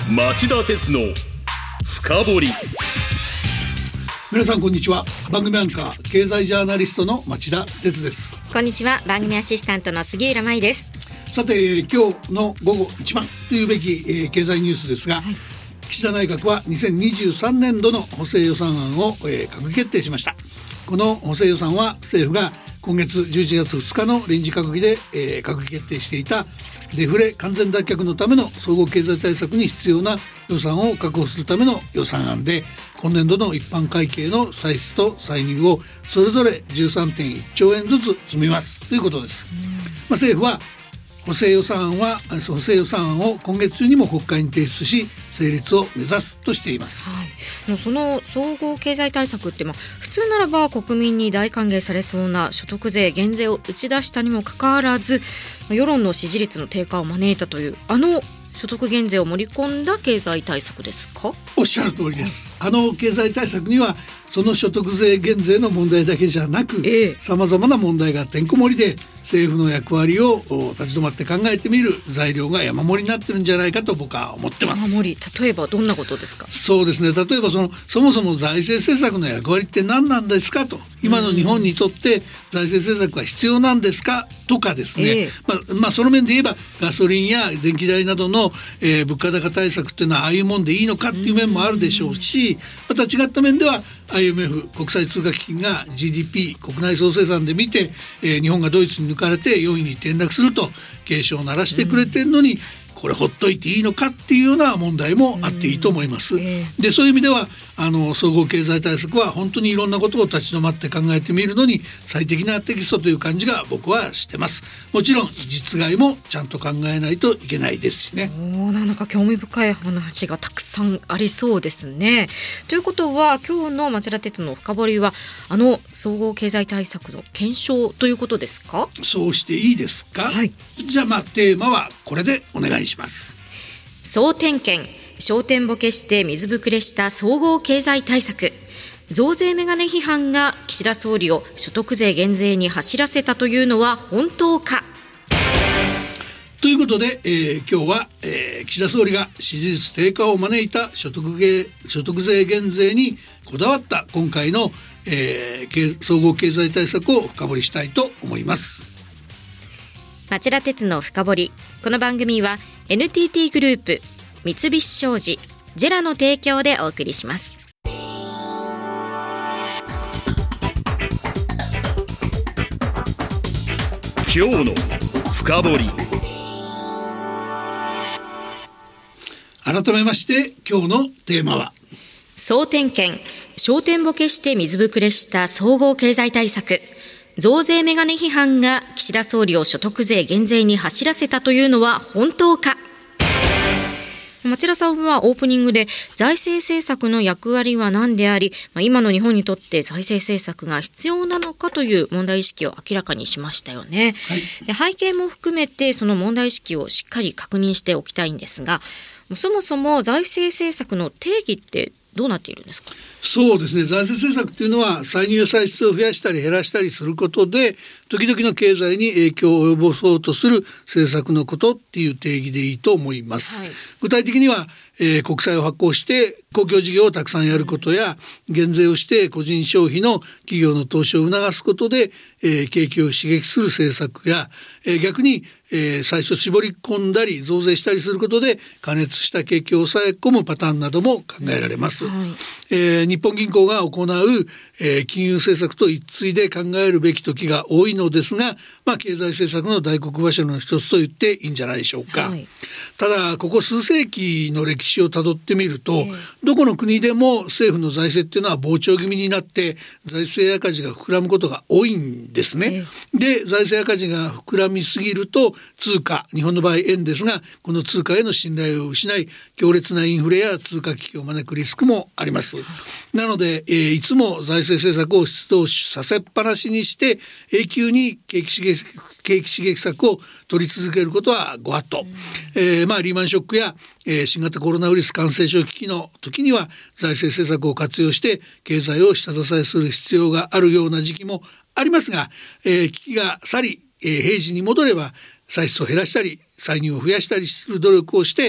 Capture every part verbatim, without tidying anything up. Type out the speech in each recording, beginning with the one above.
町田鉄の深掘り。 皆さんこんにちは。番組アンカー経済ジャーナリストの町田鉄です。 こんにちは。番組アシスタントの杉浦舞です。 さて今日の午後一番というべき、えー、経済ニュースですが、はい、岸田内閣はにせんにじゅうさんねん度の補正予算案を、えー、閣議決定しました。この補正予算は政府が今月じゅういちがつふつかの臨時閣議で、えー、閣議決定していたデフレ完全脱却のための総合経済対策に必要な予算を確保するための予算案で、今年度の一般会計の歳出と歳入をそれぞれ じゅうさんてんいっちょうえんずつ積みますということです。まあ、政府は補正予算案は補正予算案を今月中にも国会に提出し成立を目指すとしています。 はい、もうその総合経済対策って、まあ、普通ならば国民に大歓迎されそうな所得税減税を打ち出したにもかかわらず、世論の支持率の低下を招いたというあの所得減税を盛り込んだ経済対策ですか？ おっしゃる通りです。あの経済対策にはその所得税減税の問題だけじゃなく、さまざまな問題がてんこ盛りで、政府の役割を立ち止まって考えてみる材料が山盛りになってるんじゃないかと僕は思ってます。 山盛り、例えばどんなことですか？ そうですね、例えばそのそもそも財政政策の役割って何なんですかと、今の日本にとって財政政策は必要なんですかとかですね、えーまあまあ、その面で言えばガソリンや電気代などの、えー、物価高対策っていうのはああいうもんでいいのかっていう面もあるでしょうし、また違った面ではアイエムエフ 国際通貨基金が ジーディーピー 国内総生産で見て、えー、日本がドイツに抜かれてよんいに転落すると警鐘を鳴らしてくれてるのに、うん、これほっといていいのかっていうような問題もあっていいと思います。うんえー、でそういう意味ではあの総合経済対策は本当にいろんなことを立ち止まって考えてみるのに最適なテキストという感じが僕はしてます。もちろん実害もちゃんと考えないといけないですしね。 おなんか興味深い話がたくさんありそうですね。ということは今日の町田鉄の深掘りはあの総合経済対策の検証ということですか？ そうしていいですか？はい、じゃあまあテーマはこれでお願いします。 総点検、焦点ボケして水ぶくれした総合経済対策、増税メガネ批判が岸田総理を所得税減税に走らせたというのは本当か。 ということで、えー、今日は、えー、岸田総理が支持率低下を招いた所得税、所得税減税にこだわった今回の、えー、総合経済対策を深掘りしたいと思います。 町田鉄の深掘り、この番組は エヌティーティー グループ、三菱商事、ジェラの提供でお送りします。 今日の深掘り。 改めまして今日のテーマは総点検、焦点ボケして水ぶくれした総合経済対策、増税メガネ批判が岸田総理を所得税減税に走らせたというのは本当か。町田さんはオープニングで財政政策の役割は何であり、今の日本にとって財政政策が必要なのかという問題意識を明らかにしましたよね。はい、で背景も含めてその問題意識をしっかり確認しておきたいんですが、そもそも財政政策の定義ってどうなっているんですか？ そうですね、財政政策というのは歳入や歳出を増やしたり減らしたりすることで時々の経済に影響を及ぼそうとする政策のことっていう定義でいいと思います。はい、具体的には、えー、国債を発行して公共事業をたくさんやることや、減税をして個人消費の企業の投資を促すことで、えー、景気を刺激する政策や、えー、逆に、えー、最初絞り込んだり増税したりすることで過熱した景気を抑え込むパターンなども考えられます。はい、えー、日本銀行が行う、えー、金融政策と一対で考えるべき時が多いのですが、まあ、経済政策の大黒柱の一つと言っていいんじゃないでしょうか。はい、ただここ数世紀の歴史をたどってみると、えー、どこの国でも政府の財政っていうのは膨張気味になって財政赤字が膨らむことが多いんですね。えー、で財政赤字が膨らみすぎると通貨、日本の場合円ですが、この通貨への信頼を失い強烈なインフレや通貨危機を招くリスクもあります。なので、えー、いつも財政政策を出動させっぱなしにして永久に景気刺激、景気刺激策を取り続けることはご法度。えーまあ、リーマンショックや、えー、新型コロナウイルス感染症危機の時には財政政策を活用して経済を下支えする必要があるような時期もありますが、えー、危機が去り、えー、平時に戻れば歳出を減らしたり歳入を増やしたりする努力をして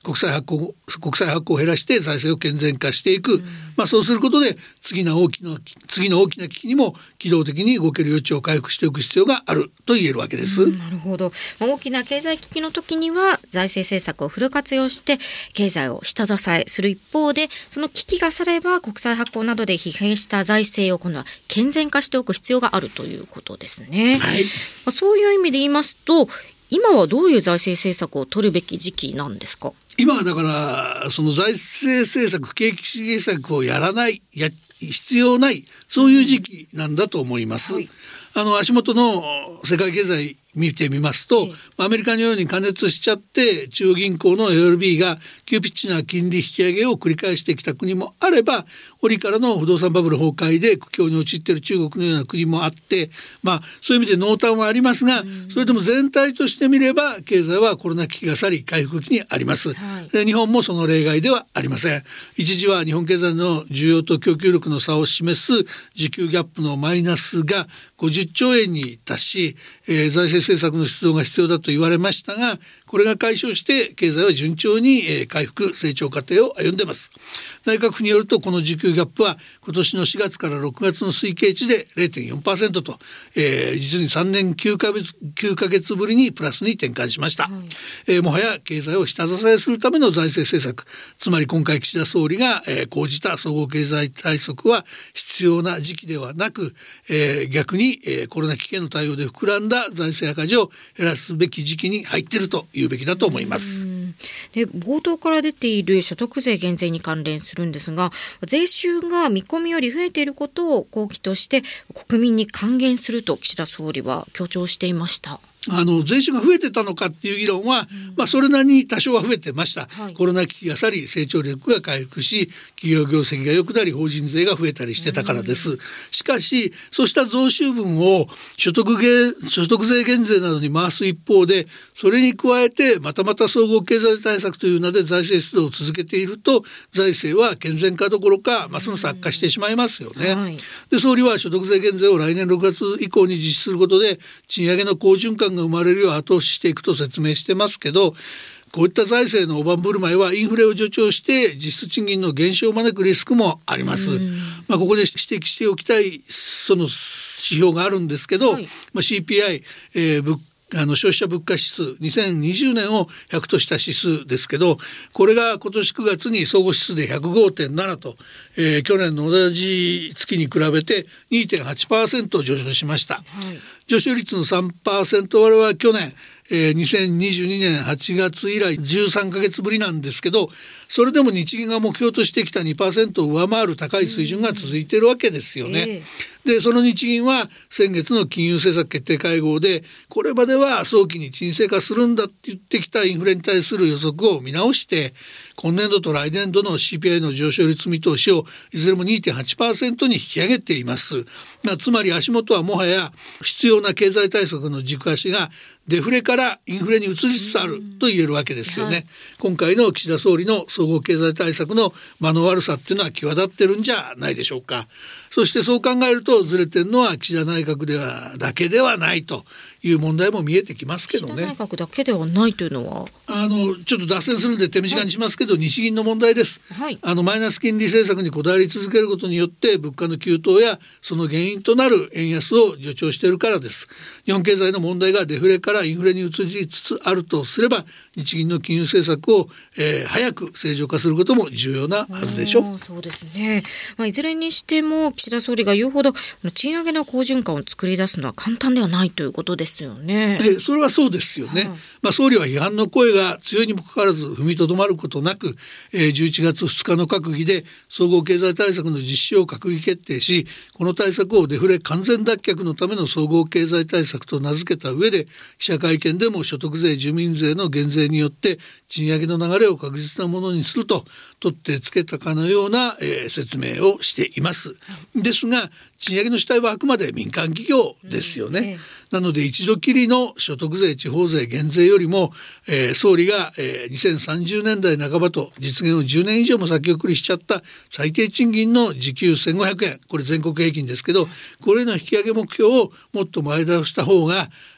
国債発行国債発行を減らして財政を健全化していく、うん、まあ、そうすることで次の大きな次の大きな危機にも機動的に動ける余地を回復しておく必要があると言えるわけです、 うん、なるほど。大きな経済危機の時には財政政策をフル活用して経済を下支えする一方で、その危機が去れば国債発行などで疲弊した財政を今度は健全化しておく必要があるということですね、 はい、 まあ、そういう意味で言いますと、今はどういう財政政策を取るべき時期なんですか？ 今はだからその財政政策、景気刺激策をやらないや必要ないそういう時期なんだと思います、はい、あの足元の世界経済見てみますと、アメリカのように過熱しちゃって中央銀行の エーエルビー が急ピッチな金利引き上げを繰り返してきた国もあれば、折からの不動産バブル崩壊で苦境に陥っている中国のような国もあって、まあ、そういう意味で濃淡はありますが、それでも全体として見れば経済はコロナ危機が去り回復期にあります、はい、で日本もその例外ではありません。一時は日本経済の需要と供給力の差を示す需給ギャップのマイナスがごじゅっちょうえんに達し、えー、財政政策の出動が必要だと言われましたが、これが解消して経済は順調に、えー、回復成長過程を歩んでいます。内閣府によると、この需給ギャップは今年のしがつからろくがつの推計値で れいてんよんパーセント と、えー、実にさんねんきゅうかげつぶりにプラスに転換しました、はい、えー、もはや経済を下支えするための財政政策、つまり今回岸田総理が、えー、講じた総合経済対策は必要な時期ではなく、えー、逆に、えー、コロナ危機への対応で膨らんだ財政赤字を減らすべき時期に入っていると言うべきだと思います。 で、冒頭から出ている所得税減税に関連するんですが、税収が見込みより増えていることを好機として国民に還元すると岸田総理は強調していました。 あの税収が増えてたのかっていう議論は、うん、まあ、それなりに多少は増えてました、はい、コロナ危機が去り成長力が回復し、企業業績が良くなり法人税が増えたりしてたからです、うん、しかしそうした増収分を所得減所得税減税などに回す一方で、それに加えてまたまた総合経済対策という名で財政出動を続けていると、財政は健全化どころかますます悪化してしまいますよね、うん、はい、で総理は所得税減税を来年ろくがつ以降に実施することで賃上げの好循環が生まれるよう後押ししていくと説明してますけど、こういった財政の大盤振る舞いはインフレを助長して実質賃金の減少を招くリスクもあります、まあ、ここで指摘しておきたいその指標があるんですけど、はい、まあ、シーピーアイ、えー、物あの消費者物価指数にせんにじゅうねんをひゃくとした指数ですけど、これが今年くがつに総合指数で ひゃくごてんなな と、えー、去年の同じ月に比べて にてんはちパーセント 上昇しました、はい、上昇率の さんパーセント 割れは去年、えー、にせんにじゅうにねんはちがつ以来じゅうさんかげつぶりなんですけど、それでも日銀が目標としてきた にパーセント を上回る高い水準が続いているわけですよね、えー、でその日銀は先月の金融政策決定会合で、これまでは早期に沈静化するんだって言ってきたインフレに対する予測を見直して、今年度と来年度の シーピーアイ の上昇率見通しをいずれも にてんはちパーセント に引き上げています、まあ、つまり足元はもはや必要な経済対策の軸足がデフレからインフレに移りつつあると言えるわけですよね、はい、今回の岸田総理の総合経済対策の間の悪さっていうのは際立ってるんじゃないでしょうか。そしてそう考えるとずれてるのは岸田内閣ではだけではないという問題も見えてきますけどね。 岸田内閣だけではないというのはあのちょっと脱線するんで手短にしますけど、はい、日銀の問題です、はい、あのマイナス金利政策にこだわり続けることによって物価の急騰やその原因となる円安を助長しているからです。日本経済の問題がデフレからインフレに移りつつあるとすれば、日銀の金融政策を、えー、早く正常化することも重要なはずでしょう。 そうですね、まあ、いずれにしても岸田総理が言うほど賃上げの好循環を作り出すのは簡単ではないということですよね。 えそれはそうですよね、はい、まあ、総理は批判の声が強いにもかかわらず踏みとどまることなく、えー、じゅういちがつふつかの閣議で総合経済対策の実施を閣議決定し、この対策をデフレ完全脱却のための総合経済対策と名付けた上で、記者会見でも所得税住民税の減税によって賃上げの流れを確実なものにすると取ってつけたかのような、えー、説明をしています。ですが賃上げの主体はあくまで民間企業ですよね、うんええ、なので一度きりの所得税地方税減税よりも、えー、総理が、えー、にせんさんじゅうねんだいなかばと実現をじゅうねん以上も先送りしちゃった最低賃金の時給せんごひゃくえん、これ全国平均ですけど、これの引き上げ目標をもっと前倒した方が、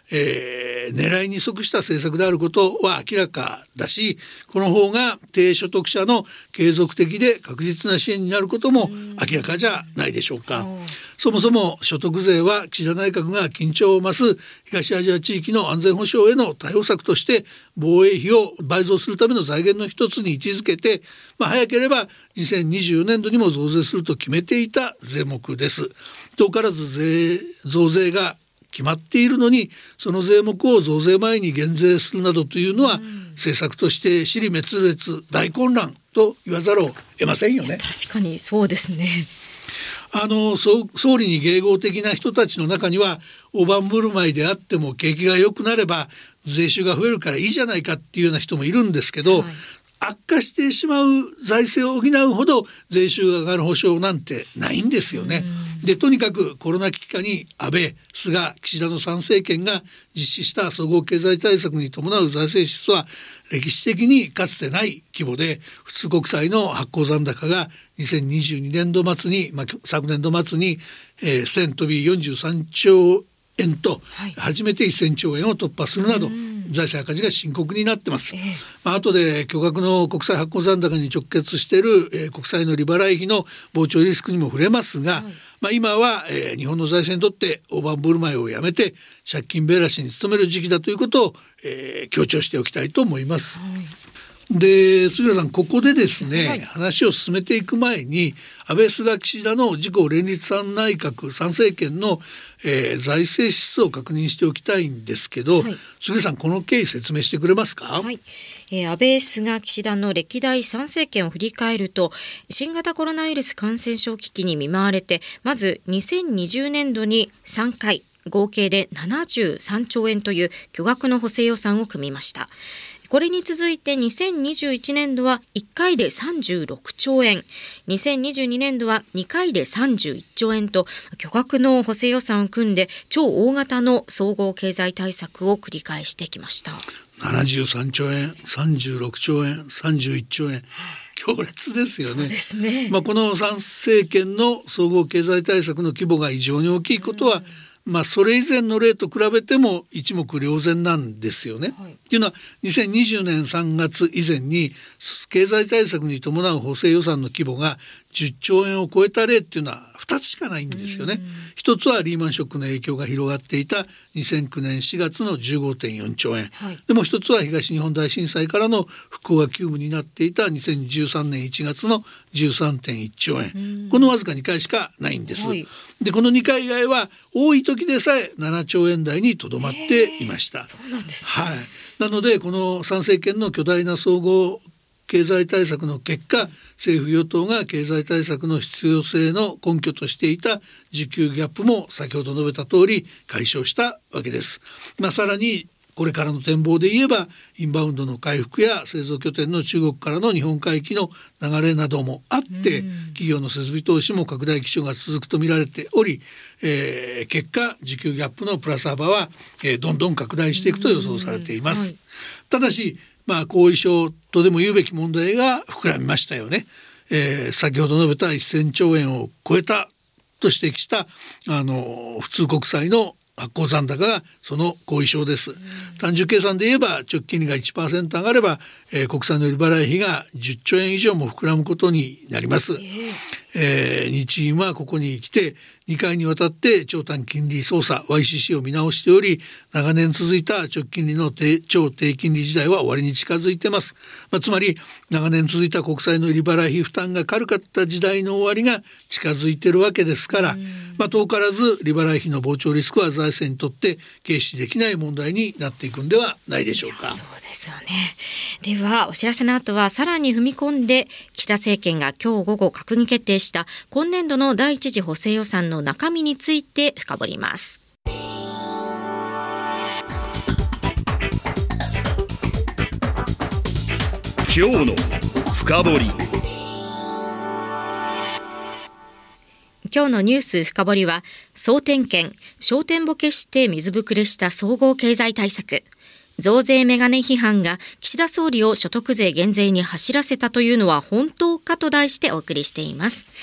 えー、狙いに即した政策であることは明らかだし、この方が低所得者の継続的で確実な支援になることも明らかじゃないでしょうか。そもそも所得税は岸田内閣が緊張を増す東アジア地域の安全保障への対応策として防衛費を倍増するための財源の一つに位置づけて、まあ、早ければにせんにじゅうねんどにも増税すると決めていた税目です。遠からず税増税が決まっているのに、その税目を増税前に減税するなどというのは、うん、政策として支離滅裂大混乱と言わざるを得ませんよね。 確かにそうですね。 あの総理に迎合的な人たちの中には、大盤振る舞いであっても景気が良くなれば税収が増えるからいいじゃないかっていうような人もいるんですけど、はい、悪化してしまう財政を補うほど税収が上がる保証なんてないんですよね。でとにかくコロナ危機下に安倍、菅、岸田のさん政権が実施した総合経済対策に伴う財政支出は歴史的にかつてない規模で、普通国債の発行残高がにせんにじゅうにねんど末に、まあ、昨年度末に、えー、せん飛びよんじゅうさんちょうえんと、はい、初めてせんちょうえんを突破するなど財政赤字が深刻になってます。えーまあ後で巨額の国債発行残高に直結している、えー、国債の利払い費の膨張リスクにも触れますが、はいまあ、今は、えー、日本の財政にとって大盤振る舞いをやめて借金べらしに努める時期だということを、えー、強調しておきたいと思います。はいで杉浦さん、ここでですね、はい、話を進めていく前に安倍菅岸田の自公連立三内閣参政権の、えー、財政支出を確認しておきたいんですけど、はい、杉浦さん、この経緯説明してくれますか。 はいえー、安倍菅岸田の歴代参政権を振り返ると、新型コロナウイルス感染症危機に見舞われて、まずにせんにじゅうねんどにさんかい合計でななじゅうさんちょうえんという巨額の補正予算を組みました。これに続いてにせんにじゅういちねんどはいっかいでさんじゅうろくちょうえん、にせんにじゅうにねんどはにかいでさんじゅういっちょうえんと巨額の補正予算を組んで超大型の総合経済対策を繰り返してきました。 ななじゅうさんちょうえん、さんじゅうろくちょうえん、さんじゅういっちょうえん、強烈ですよね。 そうですね。 まあ、この参政権の総合経済対策の規模が異常に大きいことは、うんまあ、それ以前の例と比べても一目瞭然なんですよね。はい、っていうのはにせんにじゅうねんさんがつ以前に経済対策に伴う補正予算の規模がじゅっちょうえんを超えた例っていうのはふたつしかないんですよね。一つはリーマンショックの影響が広がっていたにせんきゅうねんしがつの じゅうごてんよんちょうえん、はい、でも一つは東日本大震災からの復興が急務になっていたにせんじゅうさんねんいちがつの じゅうさんてんいっちょうえん、このわずかにかいしかないんです。はい、でこのにかい以外は多い時でさえななちょうえん台にとどまっていました。 そうなんですね。 はい、なのでこの参政権の巨大な総合経済対策の結果、政府与党が経済対策の必要性の根拠としていた需給ギャップも先ほど述べた通り解消したわけです。まあ、さらにこれからの展望で言えばインバウンドの回復や製造拠点の中国からの日本回帰の流れなどもあって企業の設備投資も拡大基調が続くと見られており、えー、結果需給ギャップのプラス幅は、えー、どんどん拡大していくと予想されています。はい、ただしまあ、後遺症とでも言うべき問題が膨らみましたよね。えー、先ほど述べたせんちょうえんを超えたと指摘したあの普通国債の発行残高がその後遺症です。単純計算で言えば直近利が いちパーセント 上がれば、えー、国債の利払い費がじゅっちょうえん以上も膨らむことになります。えーえー、日銀はここに来てにかいにわたって長短金利操作 ワイシーシー を見直しており、長年続いた直近利の低超低金利時代は終わりに近づいています。まあ、つまり長年続いた国債の利払い費負担が軽かった時代の終わりが近づいているわけですから、まあ、遠からず利払い費の膨張リスクは財政にとって軽視できない問題になっていくんではないでしょうか。 そうですよね。ではお知らせの後はさらに踏み込んで岸田政権が今日午後閣議決定した今年度の第一次補正予算の中身について深掘ります。 今日の深掘り。 今日のニュース深掘りは、総点検、焦点ボケして水ぶくれした総合経済対策、増税メガネ批判が岸田総理を所得税減税に走らせたというのは本当かと題してお送りしています。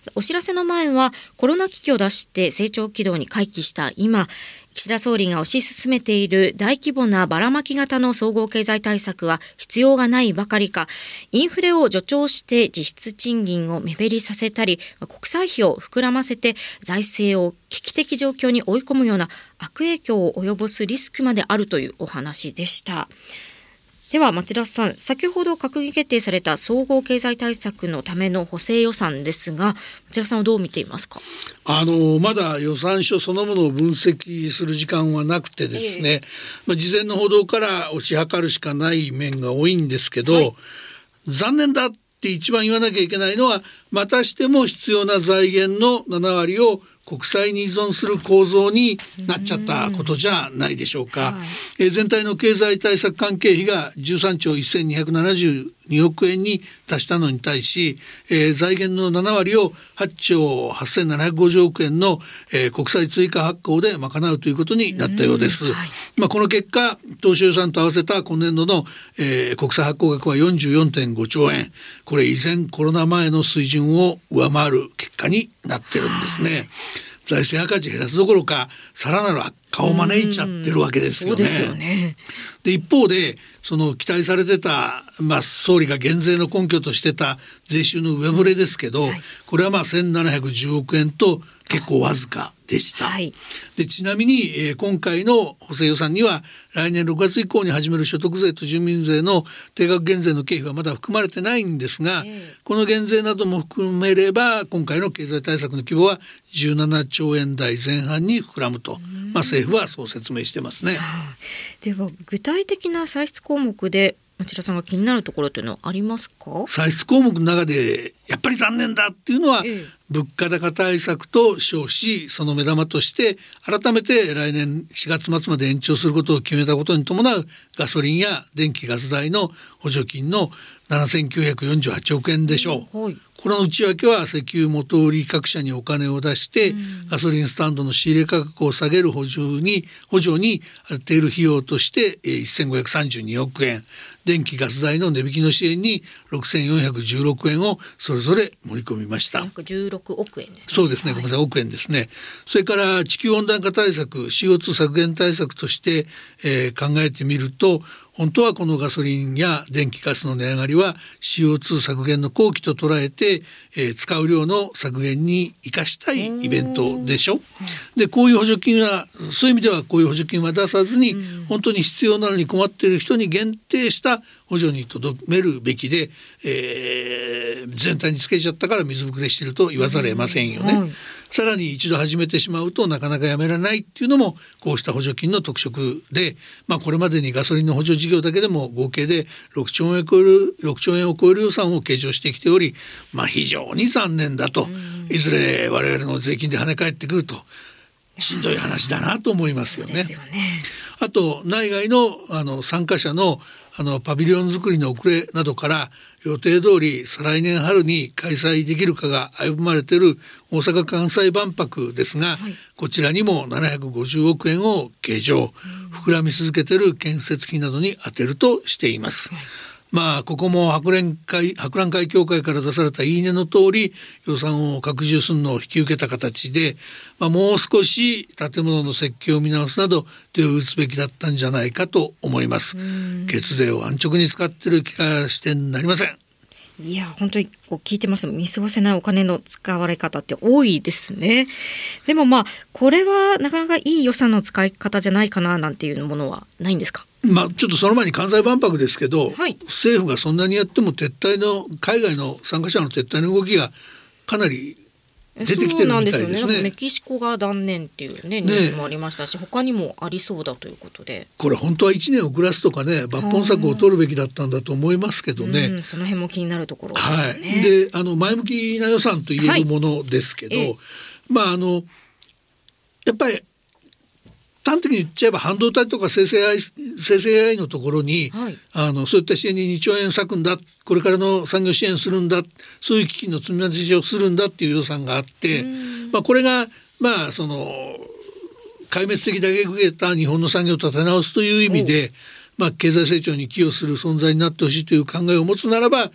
お知らせの前はコロナ危機を脱して成長軌道に回帰した今、岸田総理が推し進めている大規模なばらまき型の総合経済対策は必要がないばかりか、インフレを助長して実質賃金を目減りさせたり、国債費を膨らませて財政を危機的状況に追い込むような悪影響を及ぼすリスクまであるというお話でした。では町田さん、先ほど閣議決定された総合経済対策のための補正予算ですが、町田さんはどう見ていますか？ あのまだ予算書そのものを分析する時間はなくてですね、えーまあ、事前の報道から推し量るしかない面が多いんですけど、はい、残念だって一番言わなきゃいけないのは、またしても必要な財源のななわりを国債に依存する構造になっちゃったことじゃないでしょうか、はい、え全体の経済対策関係費がじゅうさんちょうせんにひゃくななじゅうにおくえんに達したのに対し、えー、財源のななわりをはっちょうはっせんななひゃくごじゅうおくえんの、えー、国債追加発行で賄うということになったようです、はいまあ、この結果当初予算と合わせた今年度の、えー、国債発行額は よんじゅうよんてんごちょうえん、これ依然コロナ前の水準を上回る結果になってるんですね、はい財政赤字減らすどころかさらなる悪化を招いちゃってるわけですよね。 そうですよね。 で一方でその期待されてた、まあ、総理が減税の根拠としてた税収の上振れですけど、はい、これはまあせんななひゃくじゅうおくえんと結構わずかでした、はい、でちなみに、えー、今回の補正予算には来年ろくがつ以降に始める所得税と住民税の定額減税の経費はまだ含まれてないんですが、えー、この減税なども含めれば今回の経済対策の規模はじゅうななちょうえんだいぜん半に膨らむと、まあ、政府はそう説明してますね。 では具体的な歳出項目で町田さんが気になるところというのはありますか？ 歳出項目の中でやっぱり残念だっていうのは、ええ、物価高対策と称し、その目玉として改めて来年しがつまつまで延長することを決めたことに伴うガソリンや電気ガス代の補助金のななせんきゅうひゃくよんじゅうはちおくえんでしょう、うんはい、この内訳は石油元売り各社にお金を出して、うん、ガソリンスタンドの仕入れ価格を下げる補助に補助に充てる費用としてせんごひゃくさんじゅうにおくえん、電気ガス代の値引きの支援にろくせんよんひゃくじゅうろくえんをそれぞれ盛り込みました。 ひゃくじゅうろくおくえんですね。 そうですね、ごめんなさい、億円ですね。それから地球温暖化対策 シーオーツー 削減対策として、えー、考えてみると、本当はこのガソリンや電気ガスの値上がりは シーオーツー 削減の好機と捉えて、えー、使う量の削減に生かしたいイベントでしょ。でこういう補助金はそういう意味ではこういう補助金は出さずに、本当に必要なのに困っている人に限定した補助にとどめるべきで、えー、全体につけちゃったから水ぶくれしていると言わざるを得ませんよね、うんはい、さらに一度始めてしまうとなかなかやめられないっていうのもこうした補助金の特色で、まあ、これまでにガソリンの補助事業だけでも合計でろくちょうえんを超えるろくちょうえんを超える予算を計上してきており、まあ、非常に残念だと、うん、いずれ我々の税金で跳ね返ってくるとしんどい話だなと思いますよね。 そうですよね。 あと内外 の, あの参加者 の, あのパビリオン作りの遅れなどから予定通り再来年春に開催できるかが危ぶまれている大阪・関西万博ですが、はい、こちらにもななひゃくごじゅうおくえんを計上、膨らみ続けている建設費などに充てるとしています、はい。まあここも博覧会、博覧会協会から出されたいいねの通り予算を拡充するのを引き受けた形で、まあ、もう少し建物の設計を見直すなど手を打つべきだったんじゃないかと思います。血税を安直に使っている気がしてなりません。 いや本当にこう聞いてますと見過ごせないお金の使われ方って多いですね。でもまあこれはなかなかいい予算の使い方じゃないかななんていうものはないんですか？ まあ、ちょっとその前に関西万博ですけど、 はい、 政府がそんなにやっても撤退の海外の参加者の撤退の動きがかなり出てきてるみたいですね。そうなんですよね。メキシコが断念っていう、ね、ニュースもありましたし、ね、他にもありそうだということで、 これ本当はいちねん遅らすとかね抜本策を取るべきだったんだと思いますけどね、 うん、その辺も気になるところですね、 はい、であの前向きな予算と言えるものですけど、はい、まああのやっぱり端的に言っちゃえば半導体とか生成 エーアイ, 生成 エーアイ のところに、はい、あのそういった支援ににちょうえん割くんだ、これからの産業支援するんだ、そういう基金の積み立て支援をするんだっていう予算があって、まあ、これがまあその壊滅的打撃を受けた日本の産業を立て直すという意味で、まあ、経済成長に寄与する存在になってほしいという考えを持つならば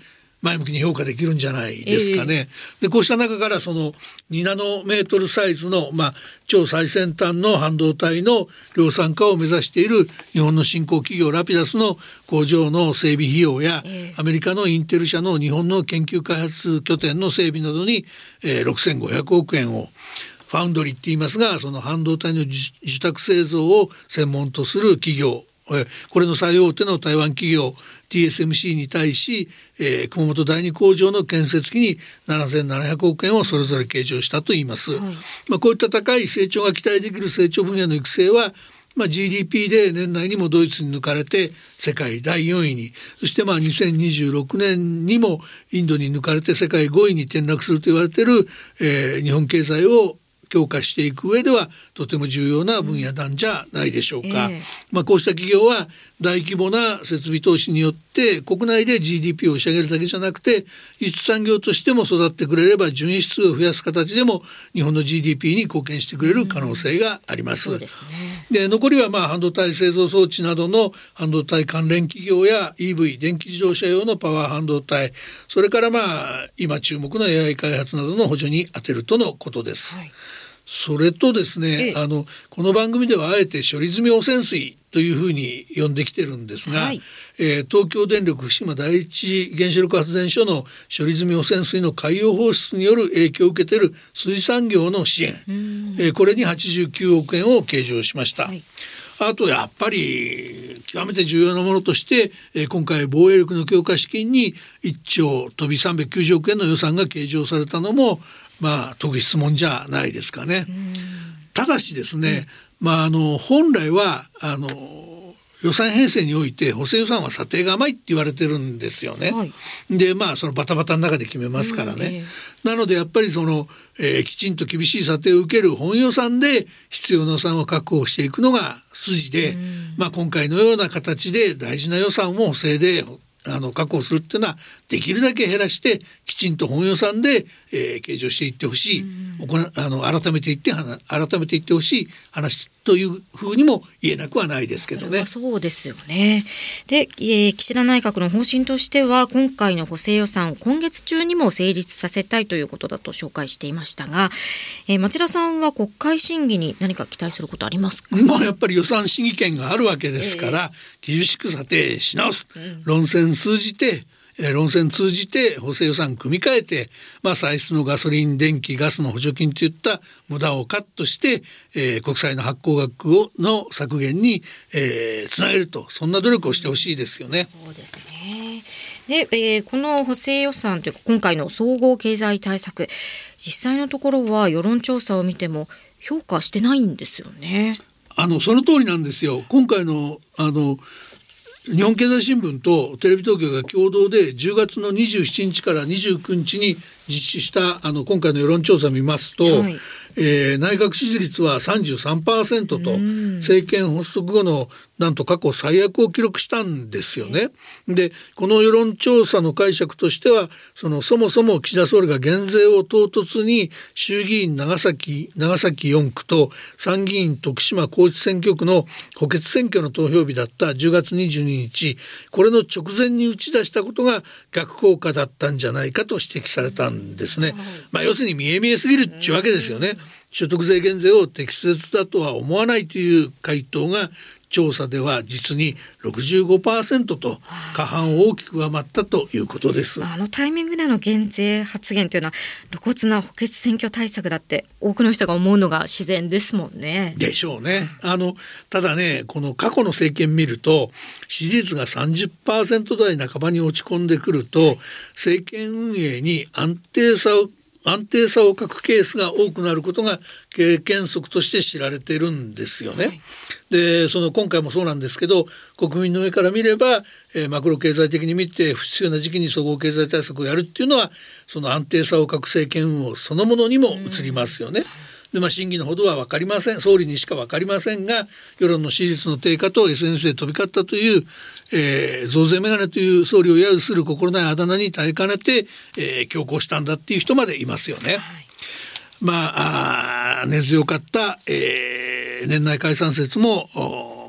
前向きに評価できるんじゃないですかね。えー、でこうした中からそのにナノメートルサイズの、まあ、超最先端の半導体の量産化を目指している日本の新興企業ラピダスの工場の整備費用や、えー、アメリカのインテル社の日本の研究開発拠点の整備などに、えー、ろくせんごひゃくおくえんを、ファウンドリーって言いますが、その半導体の受託製造を専門とする企業、これの最大手の台湾企業 ティーエスエムシー に対し、えー、熊本第二工場の建設費にななせんななひゃくおくえんをそれぞれ計上したといいます。はい、まあ、こういった高い成長が期待できる成長分野の育成は、まあ、ジーディーピー で年内にもドイツに抜かれて世界だいよんいに、そしてまあにせんにじゅうろくねんにもインドに抜かれて世界ごいに転落すると言われている、えー、日本経済を強化していく上ではとても重要な分野なんじゃないでしょうか。えーまあ、こうした企業は大規模な設備投資によって国内で ジーディーピー を押し上げるだけじゃなくて、輸出産業としても育ってくれれば純輸出を増やす形でも日本の ジーディーピー に貢献してくれる可能性があります。うん、そうですね。で残りはまあ半導体製造装置などの半導体関連企業や イーブイ 電気自動車用のパワー半導体、それからまあ今注目の エーアイ 開発などの補助に充てるとのことです。はい、それとですね、ええ、あのこの番組ではあえて処理済み汚染水というふうに呼んできてるんですが、はい、えー、東京電力福島第一原子力発電所の処理済み汚染水の海洋放出による影響を受けている水産業の支援、えー、これにはちじゅうきゅうおくえんを計上しました。はい、あとやっぱり極めて重要なものとして、えー、今回防衛力の強化資金にいっちょう飛びさんびゃくきゅうじゅうおくえんの予算が計上されたのもまあ特質もんじゃないですかね。ただしですね、うん、まあ、あの本来はあの予算編成において補正予算は査定が甘いって言われてるんですよね。はい、でまあそのバタバタの中で決めますからね。うんえー、なのでやっぱりその、えー、きちんと厳しい査定を受ける本予算で必要な予算を確保していくのが筋で、うん、まあ、今回のような形で大事な予算を補正であの確保するっていうのはできるだけ減らしてきちんと本予算で、えー、計上していってほしい、うん、あの改めていって改めていってほしい話というふうにも言えなくはないですけどね。 そそうですよね。で、えー、岸田内閣の方針としては今回の補正予算を今月中にも成立させたいということだと紹介していましたが、えー、町田さんは国会審議に何か期待することありますか？ まあ、やっぱり予算審議権があるわけですから、えー、厳しく査定し直す、うん、論戦通じてえー、論戦通じて補正予算組み替えて、まあ、歳出のガソリン電気ガスの補助金といった無駄をカットして、えー、国債の発行額をの削減に、えー、つなげると、そんな努力をしてほしいですよね。 そうですね。で、えー、この補正予算というか今回の総合経済対策、実際のところは世論調査を見ても評価してないんですよね。 あのその通りなんですよ。今回のあの日本経済新聞とテレビ東京が共同でじゅうがつのにじゅうしちにちからにじゅうくにちに実施したあの今回の世論調査を見ますと、はい、えー、内閣支持率は さんじゅうさんパーセント と政権発足後のなんと過去最悪を記録したんですよね。でこの世論調査の解釈としてはそのそもそも岸田総理が減税を唐突に衆議院長崎長崎よんくと参議院徳島高知選挙区の補欠選挙の投票日だったじゅうがつにじゅうににち、これの直前に打ち出したことが逆効果だったんじゃないかと指摘されたんですね。まあ、要するに見え見えすぎるっていうわけですよね。所得税減税を適切だとは思わないという回答が調査では実に ろくじゅうごパーセント と過半を大きく上回ったということです。 あのタイミングでの減税発言というのは露骨な補欠選挙対策だって多くの人が思うのが自然ですもんね。 でしょうね。あのただね、この過去の政権見ると支持率が さんじゅっパーセント 台半ばに落ち込んでくると政権運営に安定さを安定さを欠くケースが多くなることが経験則として知られているんですよね。はい、でその今回もそうなんですけど、国民の上から見れば、えー、マクロ経済的に見て不必要な時期に総合経済対策をやるっていうのはその安定さを欠く政権運営そのものにも移りますよね。でまあ、審議のほどは分かりません、総理にしか分かりませんが、世論の支持率の低下と エスエヌエス で飛び交ったという、えー、増税メガネという総理を揶揄する心ないあだ名に耐えかねて、えー、強行したんだっていう人までいますよね。はい、まあ、あ根強かった、えー、年内解散説も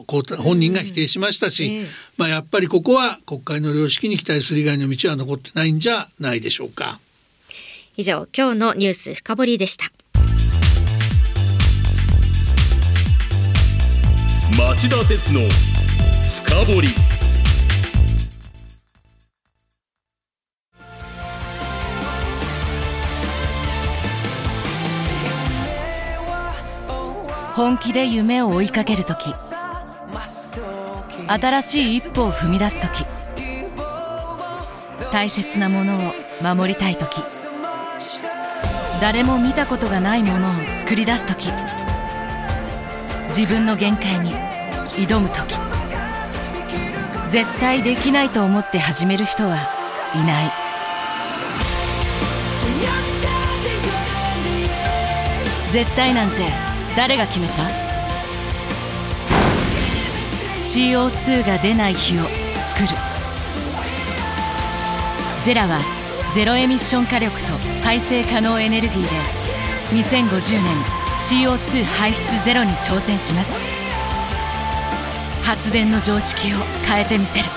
本人が否定しましたし、えーまあ、やっぱりここは国会の良識に期待する以外の道は残ってないんじゃないでしょうか。 以上、今日のニュース深掘りでした。 町田鉄の深掘り。 本気で夢を追いかけるとき、新しい一歩を踏み出すとき、大切なものを守りたいとき、誰も見たことがないものを作り出すとき、自分の限界に挑むとき、絶対できないと思って始める人はいない。絶対なんて誰が決めた？ シーオーツー が出ない日を作る。ジェラはゼロエミッション火力と再生可能エネルギーでにせんごじゅうねん シーオーツー 排出ゼロに挑戦します。発電の常識を変えてみせる。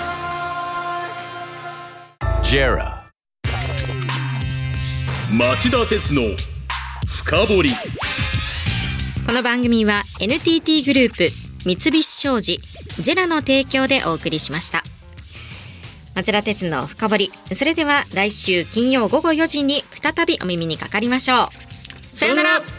ジェラ町田鉄の深掘り。 この番組は エヌティーティー グループ、三菱商事、ジェラの提供でお送りしました。町田鉄の深掘り、それでは来週金曜午後よじに再びお耳にかかりましょう。さよなら。